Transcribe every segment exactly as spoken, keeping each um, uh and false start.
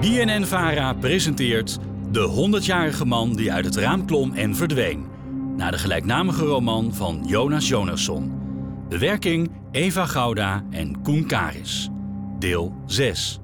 B N N-Vara presenteert De honderdjarige man die uit het raam klom en verdween. Naar de gelijknamige roman van Jonas Jonasson. Bewerking Eva Gouda en Koen Karis. Deel zes.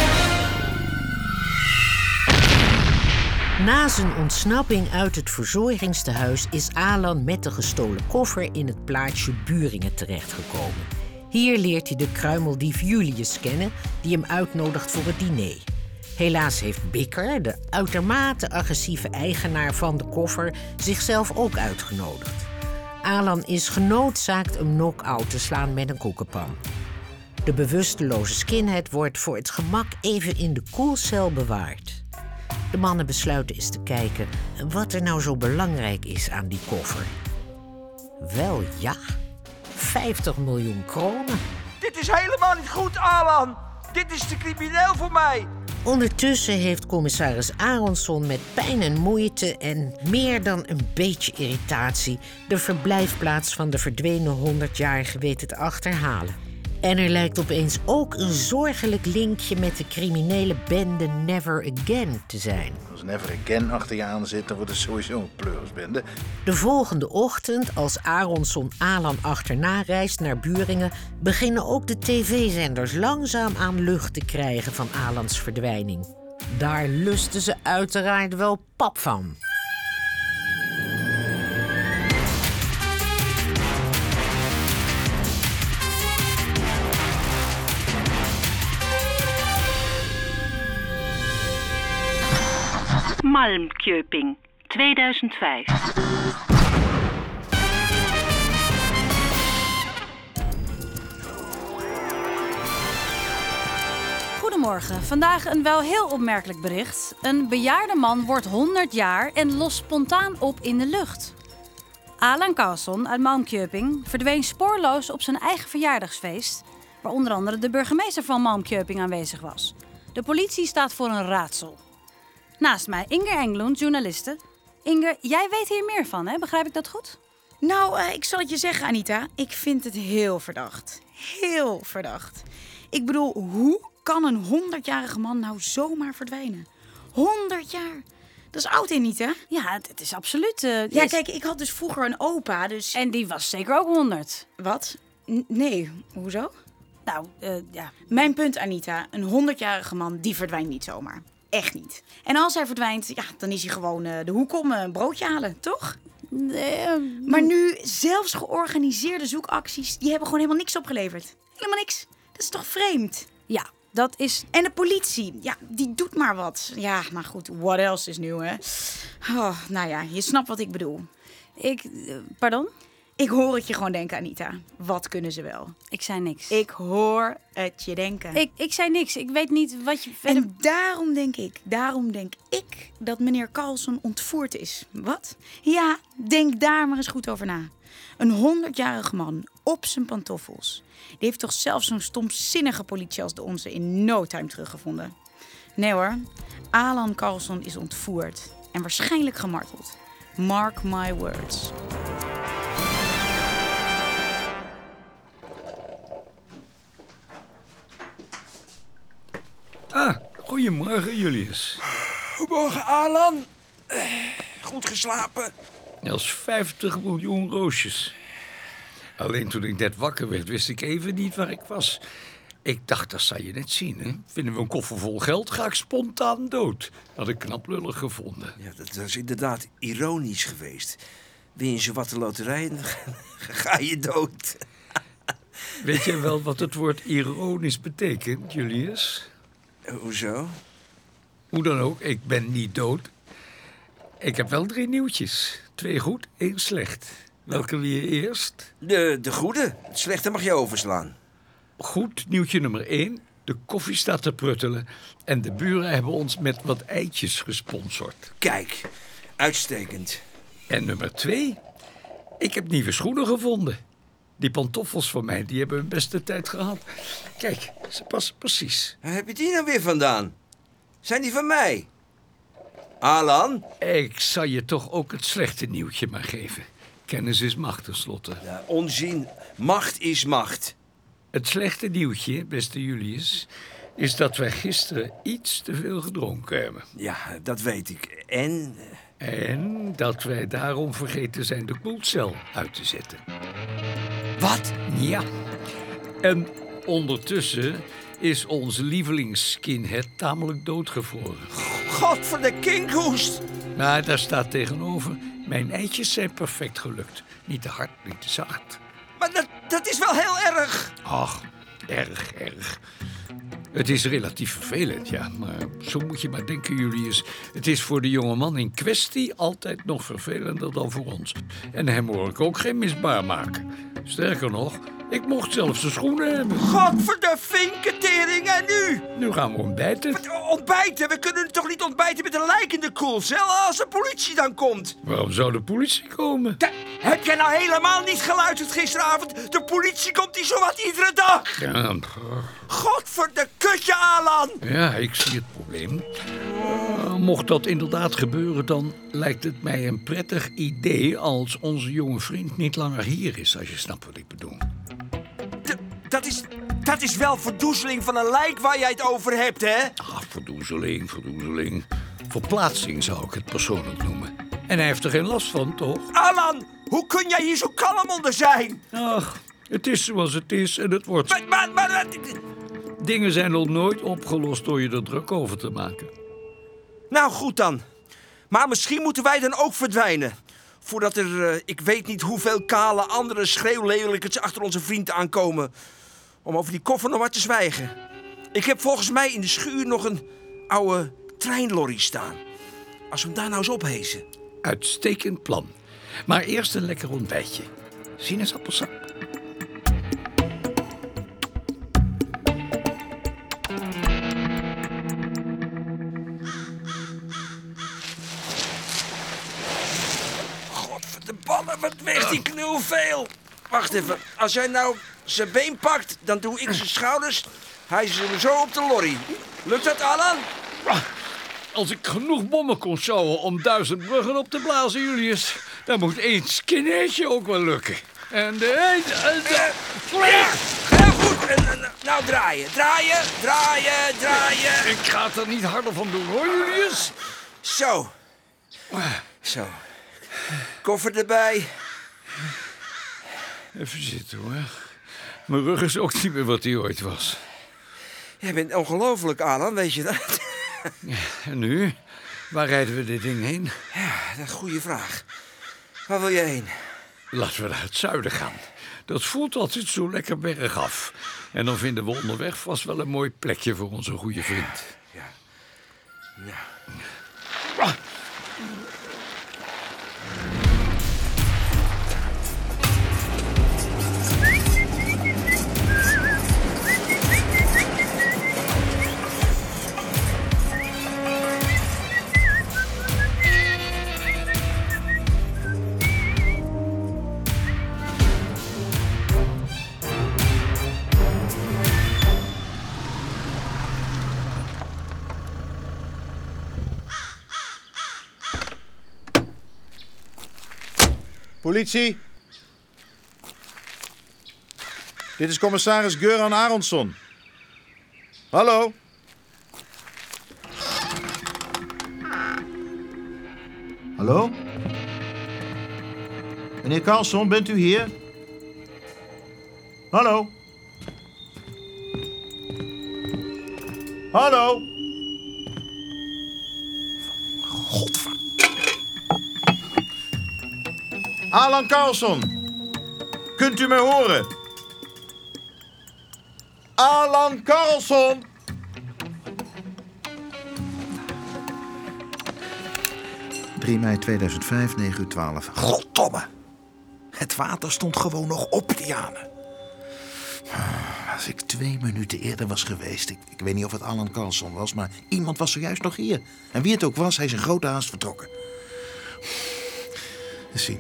Na zijn ontsnapping uit het verzorgingstehuis is Alan met de gestolen koffer in het plaatsje Buringen terechtgekomen. Hier leert hij de kruimeldief Julius kennen, die hem uitnodigt voor het diner. Helaas heeft Bikker, de uitermate agressieve eigenaar van de koffer, zichzelf ook uitgenodigd. Alan is genoodzaakt hem knock-out te slaan met een koekenpan. De bewusteloze skinhead wordt voor het gemak even in de koelcel bewaard. De mannen besluiten eens te kijken wat er nou zo belangrijk is aan die koffer. Wel ja, vijftig miljoen kronen. Dit is helemaal niet goed, Alan. Dit is te crimineel voor mij. Ondertussen heeft commissaris Aronsson met pijn en moeite en meer dan een beetje irritatie de verblijfplaats van de verdwenen honderdjarige weten te achterhalen. En er lijkt opeens ook een zorgelijk linkje met de criminele bende Never Again te zijn. Als Never Again achter je aan zit, dan wordt het sowieso een pleurisbende. De volgende ochtend, als Aronsson Alan achterna reist naar Buringen, beginnen ook de tv-zenders langzaam aan lucht te krijgen van Alans verdwijning. Daar lusten ze uiteraard wel pap van. Malmköping, tweeduizend vijf. Goedemorgen. Vandaag een wel heel opmerkelijk bericht. Een bejaarde man wordt honderd jaar en lost spontaan op in de lucht. Alan Karlsson uit Malmköping verdween spoorloos op zijn eigen verjaardagsfeest, waar onder andere de burgemeester van Malmköping aanwezig was. De politie staat voor een raadsel. Naast mij Inger Englund, journaliste. Inger, jij weet hier meer van, hè? Begrijp ik dat goed? Nou, uh, ik zal het je zeggen, Anita. Ik vind het heel verdacht. Heel verdacht. Ik bedoel, hoe kan een honderdjarige man nou zomaar verdwijnen? honderd jaar. Dat is oud, Anita. Ja, het is absoluut. Uh, ja, is... kijk, ik had dus vroeger een opa, dus... En die was zeker ook honderd. Wat? N- nee, hoezo? Nou, uh, ja. Mijn punt, Anita. Een honderdjarige man, die verdwijnt niet zomaar. Echt niet. En als hij verdwijnt, ja, dan is hij gewoon uh, de hoek om uh, een broodje halen, toch? Nee, uh, maar nu, zelfs georganiseerde zoekacties, die hebben gewoon helemaal niks opgeleverd. Helemaal niks. Dat is toch vreemd? Ja, dat is... En de politie, ja, die doet maar wat. Ja, maar goed, what else is nieuw, hè? Oh, nou ja, je snapt wat ik bedoel. Ik... Uh, pardon? Ik hoor het je gewoon denken, Anita. Wat kunnen ze wel? Ik zei niks. Ik hoor het je denken. Ik, ik zei niks. Ik weet niet wat je verder... En daarom denk ik, daarom denk ik dat meneer Karlsson ontvoerd is. Wat? Ja, denk daar maar eens goed over na. Een honderdjarige man op zijn pantoffels. Die heeft toch zelfs zo'n stomzinnige politie als de onze in no time teruggevonden. Nee hoor, Alan Karlsson is ontvoerd en waarschijnlijk gemarteld. Mark my words. Ah, goedemorgen, Julius. Goedemorgen, Alan. Goed geslapen? Als vijftig miljoen roosjes. Alleen toen ik net wakker werd, wist ik even niet waar ik was. Ik dacht, dat zou je net zien, hè. Vinden we een koffer vol geld, ga ik spontaan dood. Had ik knap lullig gevonden. Ja, dat, dat is inderdaad ironisch geweest. Win je zowat de loterij en ga je dood. Weet jij wel wat het woord ironisch betekent, Julius? Hoezo? Hoe dan ook, ik ben niet dood. Ik heb wel drie nieuwtjes. Twee goed, één slecht. Welke wil je eerst? De, de goede. Het slechte mag je overslaan. Goed, nieuwtje nummer één. De koffie staat te pruttelen. En de buren hebben ons met wat eitjes gesponsord. Kijk, uitstekend. En nummer twee. Ik heb nieuwe schoenen gevonden. Die pantoffels van mij, die hebben hun beste tijd gehad. Kijk, ze passen precies. Waar heb je die nou weer vandaan? Zijn die van mij? Alan? Ik zal je toch ook het slechte nieuwtje maar geven. Kennis is macht tenslotte. Ja, onzin. Macht is macht. Het slechte nieuwtje, beste Julius. is dat wij gisteren iets te veel gedronken hebben. Ja, dat weet ik. En... En dat wij daarom vergeten zijn de koelcel uit te zetten. Wat? Ja. En ondertussen is onze lievelingsskinhead tamelijk doodgevroren. God voor de kinkhoest! Maar daar staat tegenover, mijn eitjes zijn perfect gelukt. Niet te hard, niet te zacht. Maar dat, dat is wel heel erg. Ach, erg, erg. Het is relatief vervelend, ja. Maar zo moet je maar denken, Julius. Het is voor de jongeman in kwestie altijd nog vervelender dan voor ons. En hem hoor ik ook geen misbaar maken. Sterker nog, ik mocht zelfs de schoenen hebben. God voor de vinkentering en nu? Nu gaan we ontbijten. Wat, ontbijten? We kunnen toch niet ontbijten met een lijk in de koelcel als de politie dan komt? Waarom zou de politie komen? Da- heb jij nou helemaal niet geluisterd gisteravond? De politie komt hier zowat iedere dag. Ja, God voor de kutje, Alan. ja, ik zie het probleem. Uh, mocht dat inderdaad gebeuren, dan lijkt het mij een prettig idee als onze jonge vriend niet langer hier is, als je snapt wat ik bedoel. D- dat is... Dat is wel verdoezeling van een lijk waar jij het over hebt, hè? Ah, verdoezeling, verdoezeling. Verplaatsing zou ik het persoonlijk noemen. En hij heeft er geen last van, toch? Alan, hoe kun jij hier zo kalm onder zijn? Ach, het is zoals het is en het wordt... Maar, maar, maar, maar- Dingen zijn nog nooit opgelost door je er druk over te maken. Nou, goed dan. Maar misschien moeten wij dan ook verdwijnen. Voordat er, uh, ik weet niet hoeveel kale andere schreeuwlelijkertjes achter onze vriend aankomen. Om over die koffer nog wat te zwijgen. Ik heb volgens mij in de schuur nog een oude treinlorry staan. Als we hem daar nou eens ophezen. Uitstekend plan. Maar eerst een lekker ontbijtje. Sinaasappelsap. De ballen, wat weegt die knul veel? Wacht even, als jij nou zijn been pakt, dan doe ik zijn schouders. Hij is zo op de lorry. Lukt dat, Alan? Als ik genoeg bommen kon sjouwen om duizend bruggen op te blazen, Julius, dan moet één skinheadje ook wel lukken. En de... de, de... Ja, heel goed. En, en, nou draaien, draaien, draaien, draaien. Ik ga het er niet harder van doen, hoor, Julius. Zo. Zo. Koffer erbij. Even zitten, hoor. Mijn rug is ook niet meer wat hij ooit was. Jij bent ongelooflijk, Alan, weet je dat? Ja, en nu? Waar rijden we dit ding heen? Ja, dat is een goede vraag. Waar wil je heen? Laten we naar het zuiden gaan. Dat voelt altijd zo lekker bergaf. En dan vinden we onderweg vast wel een mooi plekje voor onze goede vriend. Ja. Ja. Ah. Politie. Dit is commissaris Göran Aronsson. Hallo. Hallo? Meneer Carlson, bent u hier? Hallo? Hallo? Godver... Alan Carlson. Kunt u mij horen? Alan Carlson. drie mei tweeduizend vijf, negen uur twaalf. Goddomme. Het water stond gewoon nog op, Diane. Als ik twee minuten eerder was geweest... Ik, ik weet niet of het Alan Carlson was... maar iemand was zojuist nog hier. En wie het ook was, hij is in grote haast vertrokken. Eens zien.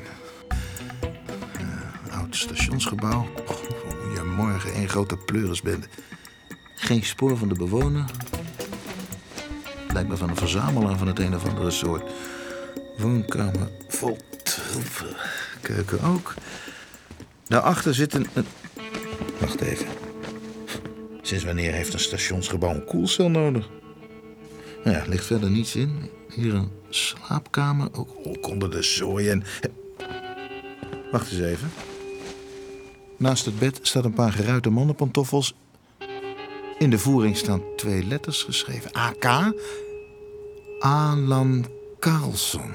Uh, oud stationsgebouw. Oh, ja, morgen één grote pleurisbende. Geen spoor van de bewoner. Lijkt me van een verzamelaar van het een of andere soort. Woonkamer vol troepen. Keuken ook. Daarachter zit een... een... Wacht even. Sinds wanneer heeft een stationsgebouw een koelcel nodig? Nou ja, ligt verder niets in. Hier een slaapkamer, ook onder de zooi en... Wacht eens even. Naast het bed staat een paar geruite mannenpantoffels. In de voering staan twee letters geschreven. A K. Alan Carlson.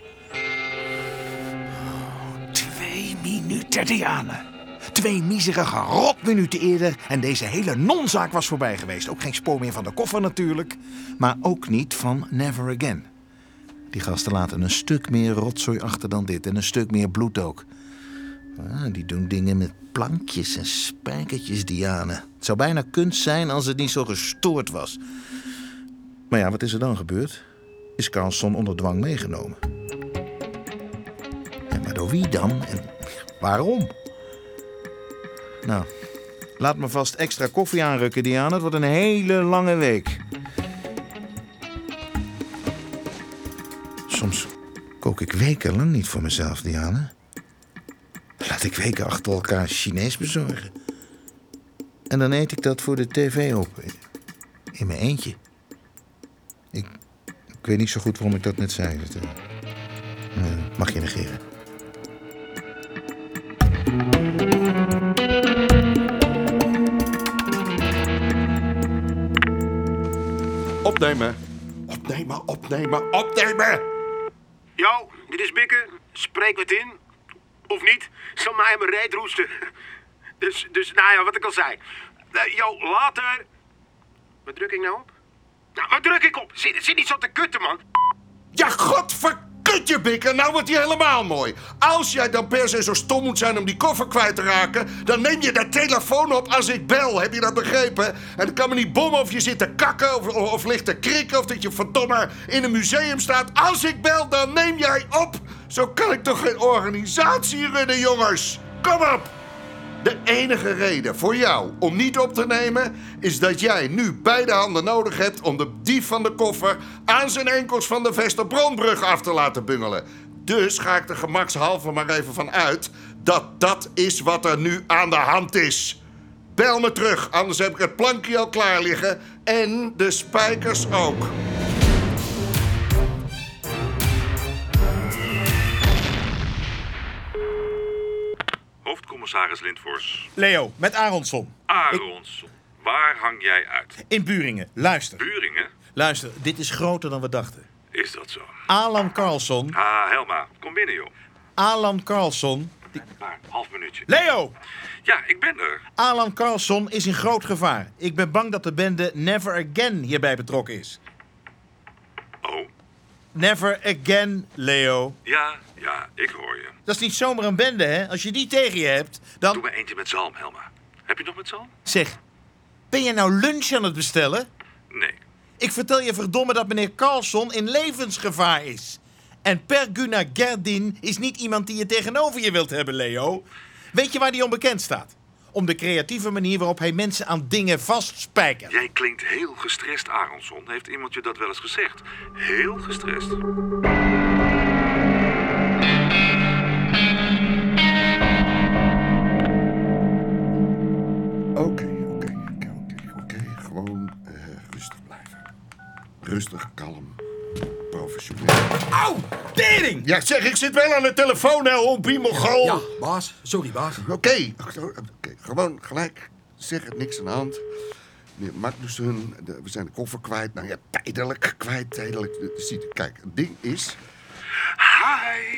Twee minuten, Diane. Twee miserige rotminuten eerder en deze hele nonzaak was voorbij geweest. Ook geen spoor meer van de koffer natuurlijk. Maar ook niet van Never Again. Die gasten laten een stuk meer rotzooi achter dan dit. En een stuk meer bloed ook. Ah, die doen dingen met plankjes en spijkertjes, Diane. Het zou bijna kunst zijn als het niet zo gestoord was. Maar ja, wat is er dan gebeurd? Is Carlson onder dwang meegenomen. Ja, maar door wie dan? En waarom? Nou, laat me vast extra koffie aanrukken, Diane. Het wordt een hele lange week. Soms kook ik wekenlang niet voor mezelf, Diane. Laat ik weken achter elkaar Chinees bezorgen. En dan eet ik dat voor de tv op. In mijn eentje. Ik, ik weet niet zo goed waarom ik dat net zei. Dat uh, mag je negeren. Opnemen. Opnemen, opnemen, opnemen. Yo, dit is Bikke. Spreek het in. Of niet? Zal mij mijn reet roesten. Dus, dus, nou ja, wat ik al zei. Uh, yo, later. Wat druk ik nou op? Nou, wat druk ik op? Zit, zit niet zo te kutten, man. Ja, godverkut je, Bikke. Nou wordt hij helemaal mooi. Als jij dan per se zo stom moet zijn om die koffer kwijt te raken, dan neem je de telefoon op als ik bel. Heb je dat begrepen? En dan kan me niet bommen of je zit te kakken of, of, of ligt te krikken of dat je verdomme in een museum staat. Als ik bel, dan neem jij op. Zo kan ik toch geen organisatie runnen, jongens. Kom op. De enige reden voor jou om niet op te nemen is dat jij nu beide handen nodig hebt om de dief van de koffer aan zijn enkels van de Vesterbronbrug af te laten bungelen. Dus ga ik er gemakshalve maar even van uit dat dat is wat er nu aan de hand is. Bel me terug, anders heb ik het plankje al klaar liggen en de spijkers ook. Hoofdcommissaris Lindfors. Leo, met Aronson. Aronson. Ik... Waar hang jij uit? In Buringen. Luister. Buringen? Luister, dit is groter dan we dachten. Is dat zo? Alan Carlson. Ah, Helma. Kom binnen, joh. Alan Carlson. Die... Maar, half minuutje. Leo! Ja, ik ben er. Alan Carlson is in groot gevaar. Ik ben bang dat de bende Never Again hierbij betrokken is. Oh? Never Again, Leo. Ja, ja, ik hoor je. Dat is niet zomaar een bende, hè? Als je die tegen je hebt, dan... Doe maar eentje met zalm, Helma. Heb je nog met zalm? Zeg, ben je nou lunch aan het bestellen? Nee. Ik vertel je verdomme dat meneer Carlson in levensgevaar is. En Per Gunnar Gerdin is niet iemand die je tegenover je wilt hebben, Leo. Weet je waar die onbekend staat? Om de creatieve manier waarop hij mensen aan dingen vastspijkert. Jij klinkt heel gestrest, Aronson. Heeft iemand je dat wel eens gezegd? Heel gestrest. Oké, oké, oké, oké. Gewoon uh, rustig blijven. Rustig, kalm, professioneel. Auw, tering! Ja, zeg, ik zit wel aan de telefoon, hè, hompie, mogol. Ja, baas. Sorry, baas. Oké, okay. okay. Gewoon gelijk. Zeg het, niks aan de hand. Meneer Magnussen, de, we zijn de koffer kwijt. Nou ja, tijdelijk kwijt, tijdelijk. Kijk, het ding is... Hi.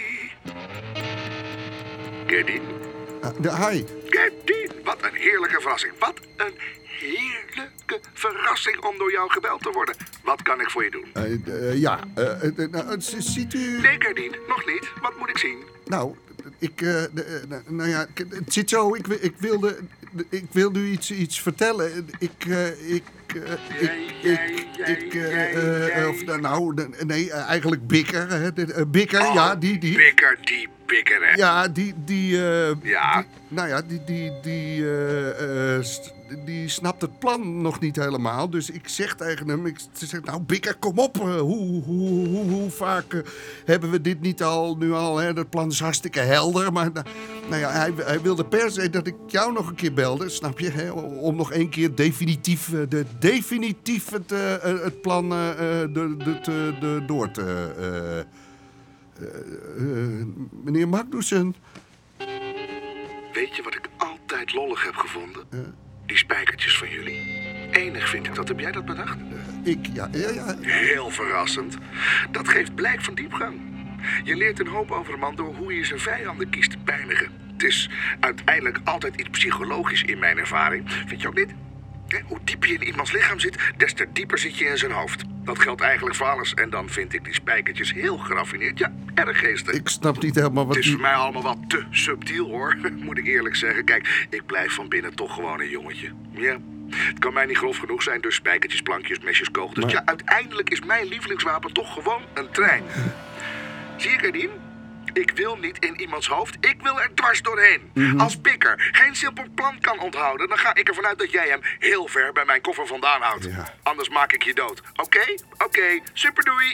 Gerdin. Uh, de, hi. Gerdin, wat een heerlijke verrassing. Wat een heerlijke verrassing om door jou gebeld te worden. Wat kan ik voor je doen? Uh, uh, ja, uh, uh, nou, ziet u... Nee, Gerdin, nog niet. Wat moet ik zien? Nou, ik, uh, de, uh, nou ja, het zit zo. Ik, ik wilde, ik wilde u iets, iets vertellen. Ik, uh, ik, uh, ik, ik, ik, uh, uh, of nou, nee, eigenlijk Bikker, hè, uh, Bikker, oh, ja, die, die. Bikker, die Bikker, hè? Ja, die, die, uh, ja. Die, nou ja, die, die, die, uh, uh, st, die snapt het plan nog niet helemaal. Dus ik zeg tegen hem, ik zeg, nou Bikker, kom op. Uh, hoe, hoe, hoe, hoe vaak uh, hebben we dit niet al, nu al, hè? Dat plan is hartstikke helder. Maar uh, nou ja, hij, hij wilde per se dat ik jou nog een keer belde, snap je? Hè? Om nog één keer definitief, uh, de, definitief het, uh, het plan uh, de, de, de, de, door te... Uh, uh, uh, meneer Magnussen. Weet je wat ik altijd lollig heb gevonden? Uh. Die spijkertjes van jullie. Enig vind ik dat. Heb jij dat bedacht? Uh, ik, ja, ja, ja. Heel verrassend. Dat geeft blijk van diepgang. Je leert een hoop over een man door hoe je zijn vijanden kiest te pijnigen. Het is uiteindelijk altijd iets psychologisch in mijn ervaring. Vind je ook niet? Hoe dieper je in iemands lichaam zit, des te dieper zit je in zijn hoofd. Dat geldt eigenlijk voor alles. En dan vind ik die spijkertjes heel geraffineerd. Ja, erg geestig. Ik snap niet helemaal wat... Het is voor mij allemaal wat te subtiel, hoor. Moet ik eerlijk zeggen. Kijk, ik blijf van binnen toch gewoon een jongetje. Ja, het kan mij niet grof genoeg zijn. Dus spijkertjes, plankjes, mesjes, kogels. Maar... Ja, uiteindelijk is mijn lievelingswapen toch gewoon een trein. Zie je, Gerdien? Ik wil niet in iemands hoofd, ik wil er dwars doorheen. Mm-hmm. Als Bikker geen simpel plan kan onthouden, dan ga ik ervan uit dat jij hem heel ver bij mijn koffer vandaan houdt. Ja. Anders maak ik je dood. Oké? Okay? Oké. Okay. Superdoei.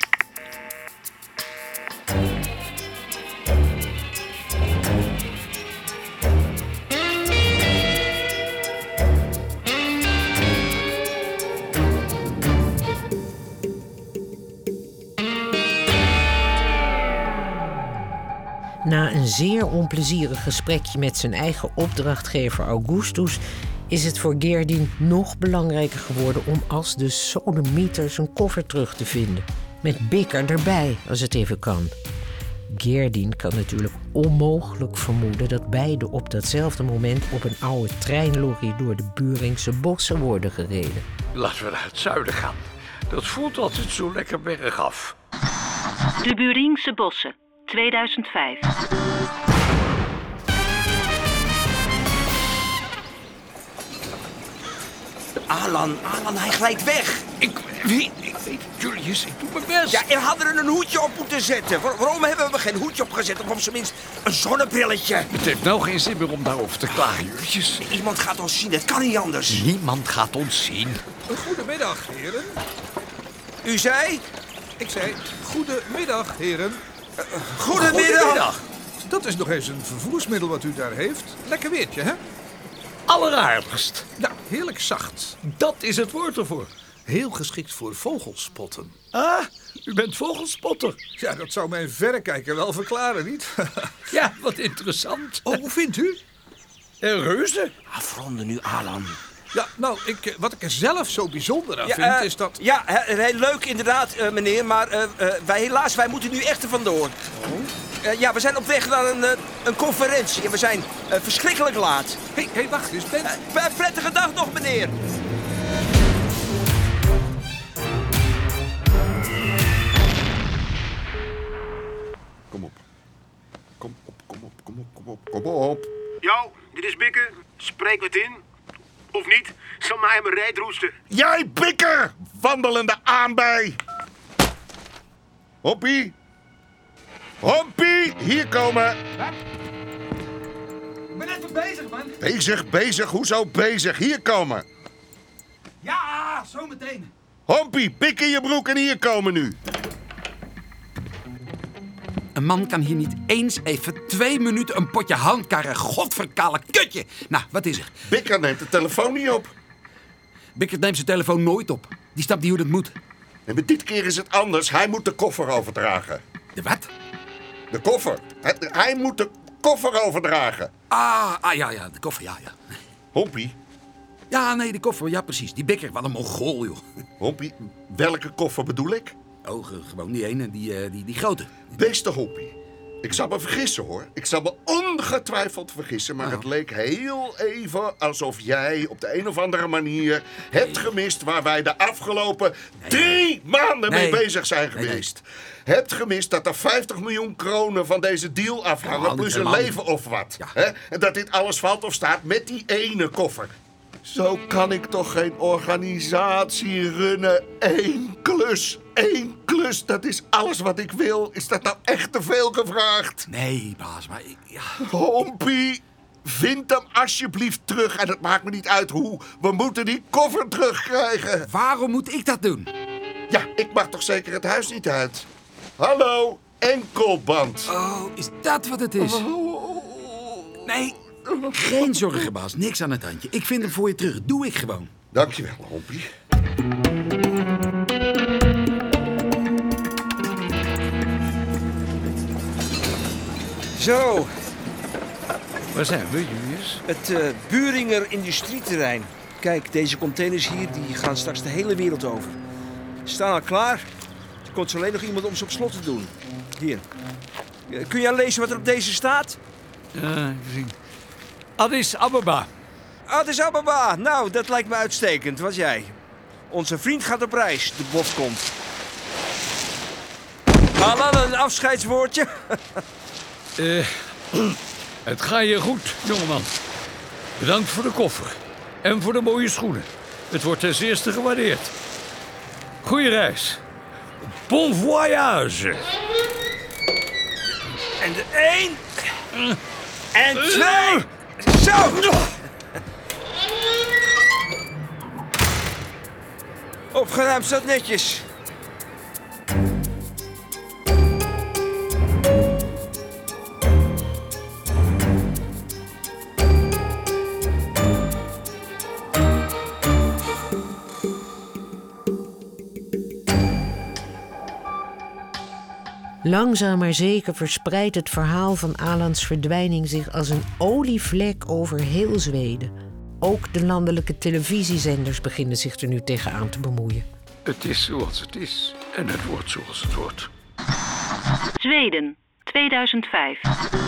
Na een zeer onplezierig gesprekje met zijn eigen opdrachtgever Augustus is het voor Gerdien nog belangrijker geworden om als de sodemieter zijn koffer terug te vinden. Met Bikker erbij, als het even kan. Gerdien kan natuurlijk onmogelijk vermoeden dat beiden op datzelfde moment op een oude treinlorry door de Buringse bossen worden gereden. Laten we naar het zuiden gaan. Dat voelt altijd zo lekker bergaf. De Buringse bossen. tweeduizend vijf. Alan, Alan, hij glijdt weg. Ik weet, ik weet, Julius, ik doe mijn best. Ja, er hadden er een hoedje op moeten zetten. Waar, waarom hebben we geen hoedje opgezet? Of op zijn minst een zonnebrilletje? Het heeft nou geen zin meer om daarover te klagen, Julius. Iemand gaat ons zien, het kan niet anders. Niemand gaat ons zien. Goedemiddag, heren. U zei? Ik zei, goedemiddag, heren. Uh, goedemiddag. goedemiddag. Dat is nog eens een vervoersmiddel wat u daar heeft. Lekker weertje, hè? Alleraardigst. Ja, heerlijk zacht. Dat is het woord ervoor. Heel geschikt voor vogelspotten. Ah, u bent vogelspotter. Ja, dat zou mijn verrekijker wel verklaren, niet? Ja, wat interessant. Oh, hoe vindt u? Een reuze. Afronden nu, Alan. Ja, nou, ik, wat ik er zelf zo bijzonder aan ja, vind, uh, is dat... Ja, heel leuk inderdaad, uh, meneer, maar uh, uh, wij helaas, wij moeten nu echt er vandoor. Oh. Uh, ja, we zijn op weg naar een, uh, een conferentie en we zijn uh, verschrikkelijk laat. Hé, hey, hey, wacht eens, Ben. Uh, prettige dag nog, meneer. Kom op. Kom op, kom op, kom op, kom op, kom op. Yo, dit is Bikker. Spreek wat in. Of niet? Zal mij mijn rijd roesten. Jij, Bikker! Wandelende aanbij. Hoppie. Hoppie, hier komen. Wat? Ik ben net wat bezig, man. Bezig, bezig, hoezo bezig? Hier komen. Ja, zometeen. Hoppie, pik in je broek en hier komen nu. Een man kan hier niet eens even twee minuten een potje handkarren. Godverkale kutje. Nou, wat is er? Bikker neemt de telefoon niet op. Bikker neemt zijn telefoon nooit op. Die snapt niet hoe dat moet. En maar dit keer is het anders. Hij moet de koffer overdragen. De wat? De koffer. Hij, hij moet de koffer overdragen. Ah, ah, ja, ja, de koffer, ja, ja. Hoppie. Ja, nee, de koffer, ja, precies. Die Bikker, wat een mongool, joh. Hoppie, welke koffer bedoel ik? Oh, gewoon die ene, die, uh, die, die grote. Beste Hoppie, ik zal me vergissen, hoor. Ik zal me ongetwijfeld vergissen, maar oh. Het leek heel even alsof jij op de een of andere manier nee. hebt gemist waar wij de afgelopen nee. drie maanden nee. mee bezig zijn geweest. Nee, nee. Hebt gemist dat er vijftig miljoen kronen van deze deal afhangen, ja, plus een leven of wat. Ja. Hè? En dat dit alles valt of staat met die ene koffer. Zo kan ik toch geen organisatie runnen. Eén klus, één klus, dat is alles wat ik wil. Is dat nou echt te veel gevraagd? Nee, baas, maar ik... Ja. Hompie, Vind hem alsjeblieft terug en het maakt me niet uit hoe. We moeten die koffer terugkrijgen. Waarom moet ik dat doen? Ja, ik mag toch zeker het huis niet uit. Hallo, enkelband. Oh, is dat wat het is? Nee, geen zorgen, baas. Niks aan het handje. Ik vind hem voor je terug. Doe ik gewoon. Dankjewel, Hompie. Zo. Waar zijn we, Julius? Het uh, Buringer industrieterrein. Kijk, deze containers hier die gaan straks de hele wereld over. Ze staan al klaar. Er komt alleen nog iemand om ze op slot te doen. Hier. Uh, kun je al lezen wat er op deze staat? Ja, even zien. Addis Ababa. Addis Ababa. Nou, dat lijkt me uitstekend. Wat jij? Onze vriend gaat op reis. De bof komt. Alan, een afscheidswoordje. uh, het gaat je goed, jongeman. Bedankt voor de koffer. En voor de mooie schoenen. Het wordt ten zeerste gewaardeerd. Goeie reis. Bon voyage. En de één. En twee. Zo. Opgeruimd staat netjes. Langzaam maar zeker verspreidt het verhaal van Alans verdwijning zich als een olievlek over heel Zweden. Ook de landelijke televisiezenders beginnen zich er nu tegenaan te bemoeien. Het is zoals het is en het wordt zoals het wordt. Zweden, tweeduizend vijf.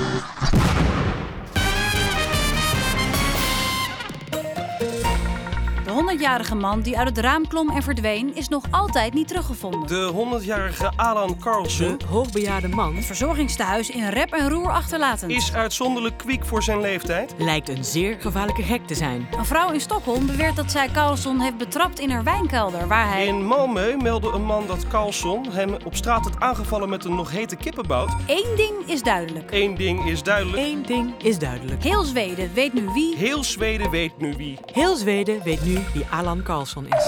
De honderdjarige man die uit het raam klom en verdween is nog altijd niet teruggevonden. De honderdjarige Alan Carlson, de hoogbejaarde man, het verzorgingstehuis in rep en roer achterlatend, is uitzonderlijk kwiek voor zijn leeftijd. Lijkt een zeer gevaarlijke gek te zijn. Een vrouw in Stockholm beweert dat zij Carlson heeft betrapt in haar wijnkelder, waar hij... In Malmö meldde een man dat Carlson hem op straat had aangevallen met een nog hete kippenbout. Eén ding is duidelijk. Eén ding is duidelijk. Eén ding is duidelijk. Heel Zweden weet nu wie... Heel Zweden weet nu wie. Heel Zweden weet nu wie Alan Carlson is.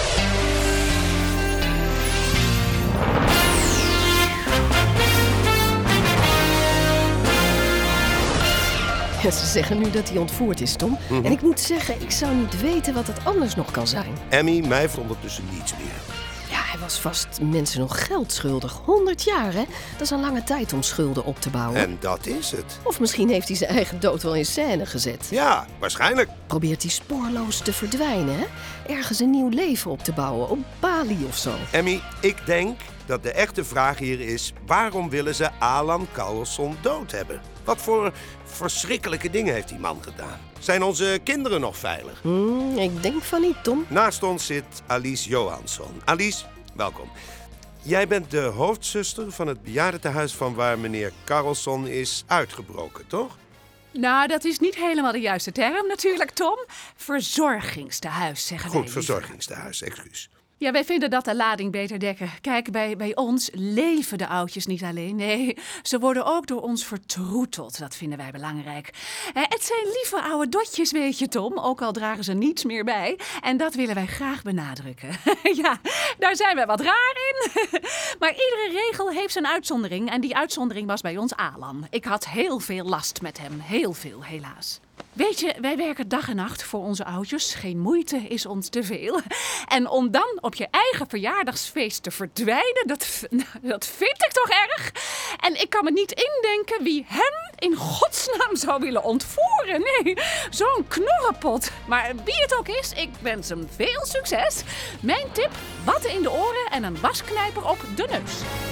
Ja, ze zeggen nu dat hij ontvoerd is, Tom. Mm-hmm. En ik moet zeggen, ik zou niet weten wat het anders nog kan zijn. Emmy, mij vond ondertussen niets meer. Ja, hij was vast mensen nog geld schuldig. honderd jaar, hè? Dat is een lange tijd om schulden op te bouwen. En dat is het. Of misschien heeft hij zijn eigen dood wel in scène gezet. Ja, waarschijnlijk. Probeert hij spoorloos te verdwijnen, hè? Ergens een nieuw leven op te bouwen, op Bali of zo. Emmy, ik denk dat de echte vraag hier is... waarom willen ze Alan Carlson dood hebben? Wat voor verschrikkelijke dingen heeft die man gedaan? Zijn onze kinderen nog veilig? Hmm, ik denk van niet, Tom. Naast ons zit Alice Johansson. Alice, welkom. Jij bent de hoofdzuster van het bejaardentehuis van waar meneer Carlson is uitgebroken, toch? Nou, dat is niet helemaal de juiste term natuurlijk, Tom. Verzorgingstehuis, zeggen wij. Goed, verzorgingstehuis, excuus. Ja, wij vinden dat de lading beter dekken. Kijk, bij, bij ons leven de oudjes niet alleen. Nee, ze worden ook door ons vertroeteld. Dat vinden wij belangrijk. Eh, het zijn lieve oude dotjes, weet je, Tom. Ook al dragen ze niets meer bij. En dat willen wij graag benadrukken. Ja, daar zijn wij wat raar in. Maar iedere regel heeft zijn uitzondering. En die uitzondering was bij ons Alan. Ik had heel veel last met hem. Heel veel, helaas. Weet je, wij werken dag en nacht voor onze oudjes. Geen moeite is ons te veel. En om dan op je eigen verjaardagsfeest te verdwijnen, dat, dat vind ik toch erg. En ik kan me niet indenken wie hem in godsnaam zou willen ontvoeren. Nee, zo'n knorrenpot. Maar wie het ook is, ik wens hem veel succes. Mijn tip, watten in de oren en een wasknijper op de neus.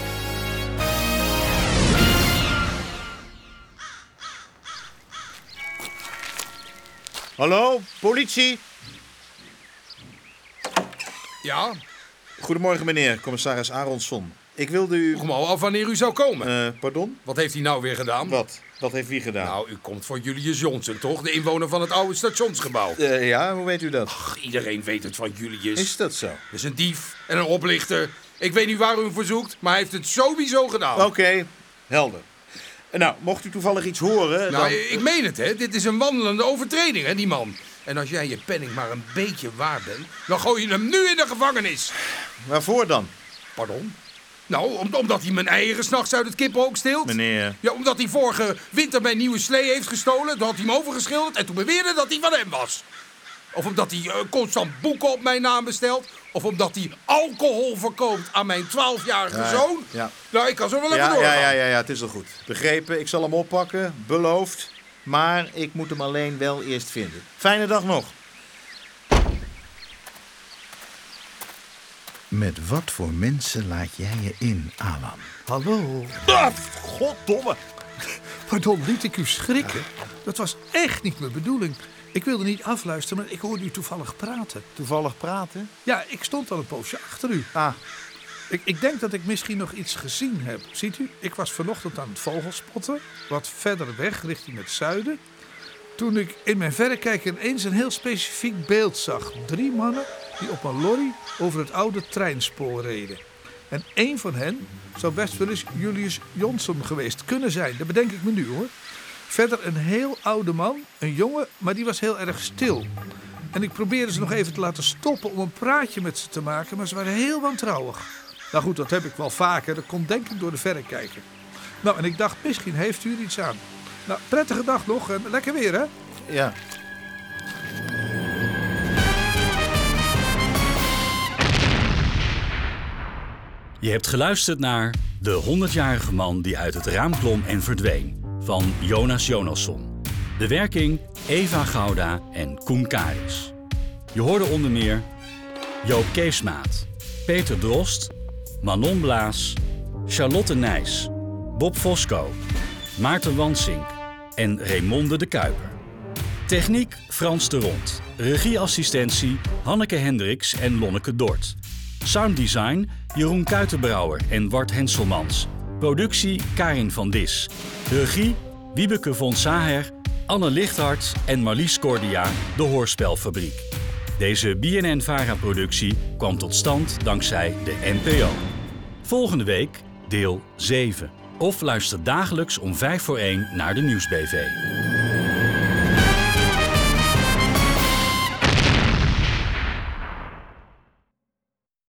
Hallo, politie? Ja? Goedemorgen, meneer, commissaris Aronsson. Ik wilde u... Vroeg me al af wanneer u zou komen. Uh, pardon? Wat heeft hij nou weer gedaan? Wat? Wat heeft wie gedaan? Nou, u komt van Julius Johnson, toch? De inwoner van het oude stationsgebouw. Uh, ja, hoe weet u dat? Ach, iedereen weet het van Julius. Is dat zo? Dat is een dief en een oplichter. Ik weet niet waar u hem voor zoekt, maar hij heeft het sowieso gedaan. Oké, okay, helder. Nou, mocht u toevallig iets horen... Nou, dan... ik meen het, hè. Dit is een wandelende overtreding, hè, die man. En als jij je penning maar een beetje waard bent, dan gooi je hem nu in de gevangenis. Waarvoor dan? Pardon? Nou, om, omdat hij mijn eieren 's nachts uit het kippenhok steelt. Meneer... Ja, omdat hij vorige winter mijn nieuwe slee heeft gestolen. Toen had hij hem overgeschilderd en toen beweerde dat hij van hem was. Of omdat hij uh, constant boeken op mijn naam bestelt. Of omdat hij alcohol verkoopt aan mijn twaalfjarige Ja, zoon. ja. Nou, ik kan zo wel even Ja, doorgaan. ja, ja, ja, ja, het is al goed. Begrepen, ik zal hem oppakken, beloofd. Maar ik moet hem alleen wel eerst vinden. Fijne dag nog. Met wat voor mensen laat jij je in, Alan? Hallo. Ah, goddomme. Pardon, liet ik u schrikken? Dat was echt niet mijn bedoeling. Ik wilde niet afluisteren, maar ik hoorde u toevallig praten. Toevallig praten? Ja, ik stond al een poosje achter u. Ah. Ik, ik denk dat ik misschien nog iets gezien heb. Ziet u, ik was vanochtend aan het vogelspotten. Wat verder weg, richting het zuiden. Toen ik in mijn verrekijker ineens een heel specifiek beeld zag. Drie mannen die op een lorry over het oude treinspoor reden. En één van hen zou best wel eens Julius Jonsson geweest kunnen zijn. Dat bedenk ik me nu, hoor. Verder een heel oude man, een jongen, maar die was heel erg stil. En ik probeerde ze nog even te laten stoppen om een praatje met ze te maken, maar ze waren heel wantrouwig. Nou goed, dat heb ik wel vaker. Dat komt denk ik door de verrekijker. Nou, en ik dacht, misschien heeft u er iets aan. Nou, prettige dag nog en lekker weer, hè? Ja. Je hebt geluisterd naar De honderdjarige man die uit het raam klom en verdween van Jonas Jonasson. De werking Eva Gouda en Koen Karis. Je hoorde onder meer Joop Keesmaat, Peter Drost, Manon Blaas, Charlotte Nijs, Bob Fosco, Maarten Wansink en Raymonde de Kuiper. Techniek Frans de Rond. Regieassistentie Hanneke Hendricks en Lonneke Dort. Sounddesign Jeroen Kuitenbrouwer en Wart Henselmans. Productie Karin van Dis. Regie Wiebeke von Saher, Anne Lichthart en Marlies Cordia, de Hoorspelfabriek. Deze B N N-Vara-productie kwam tot stand dankzij de N P O. Volgende week deel zeven. Of luister dagelijks om vijf voor één naar de Nieuwsbv.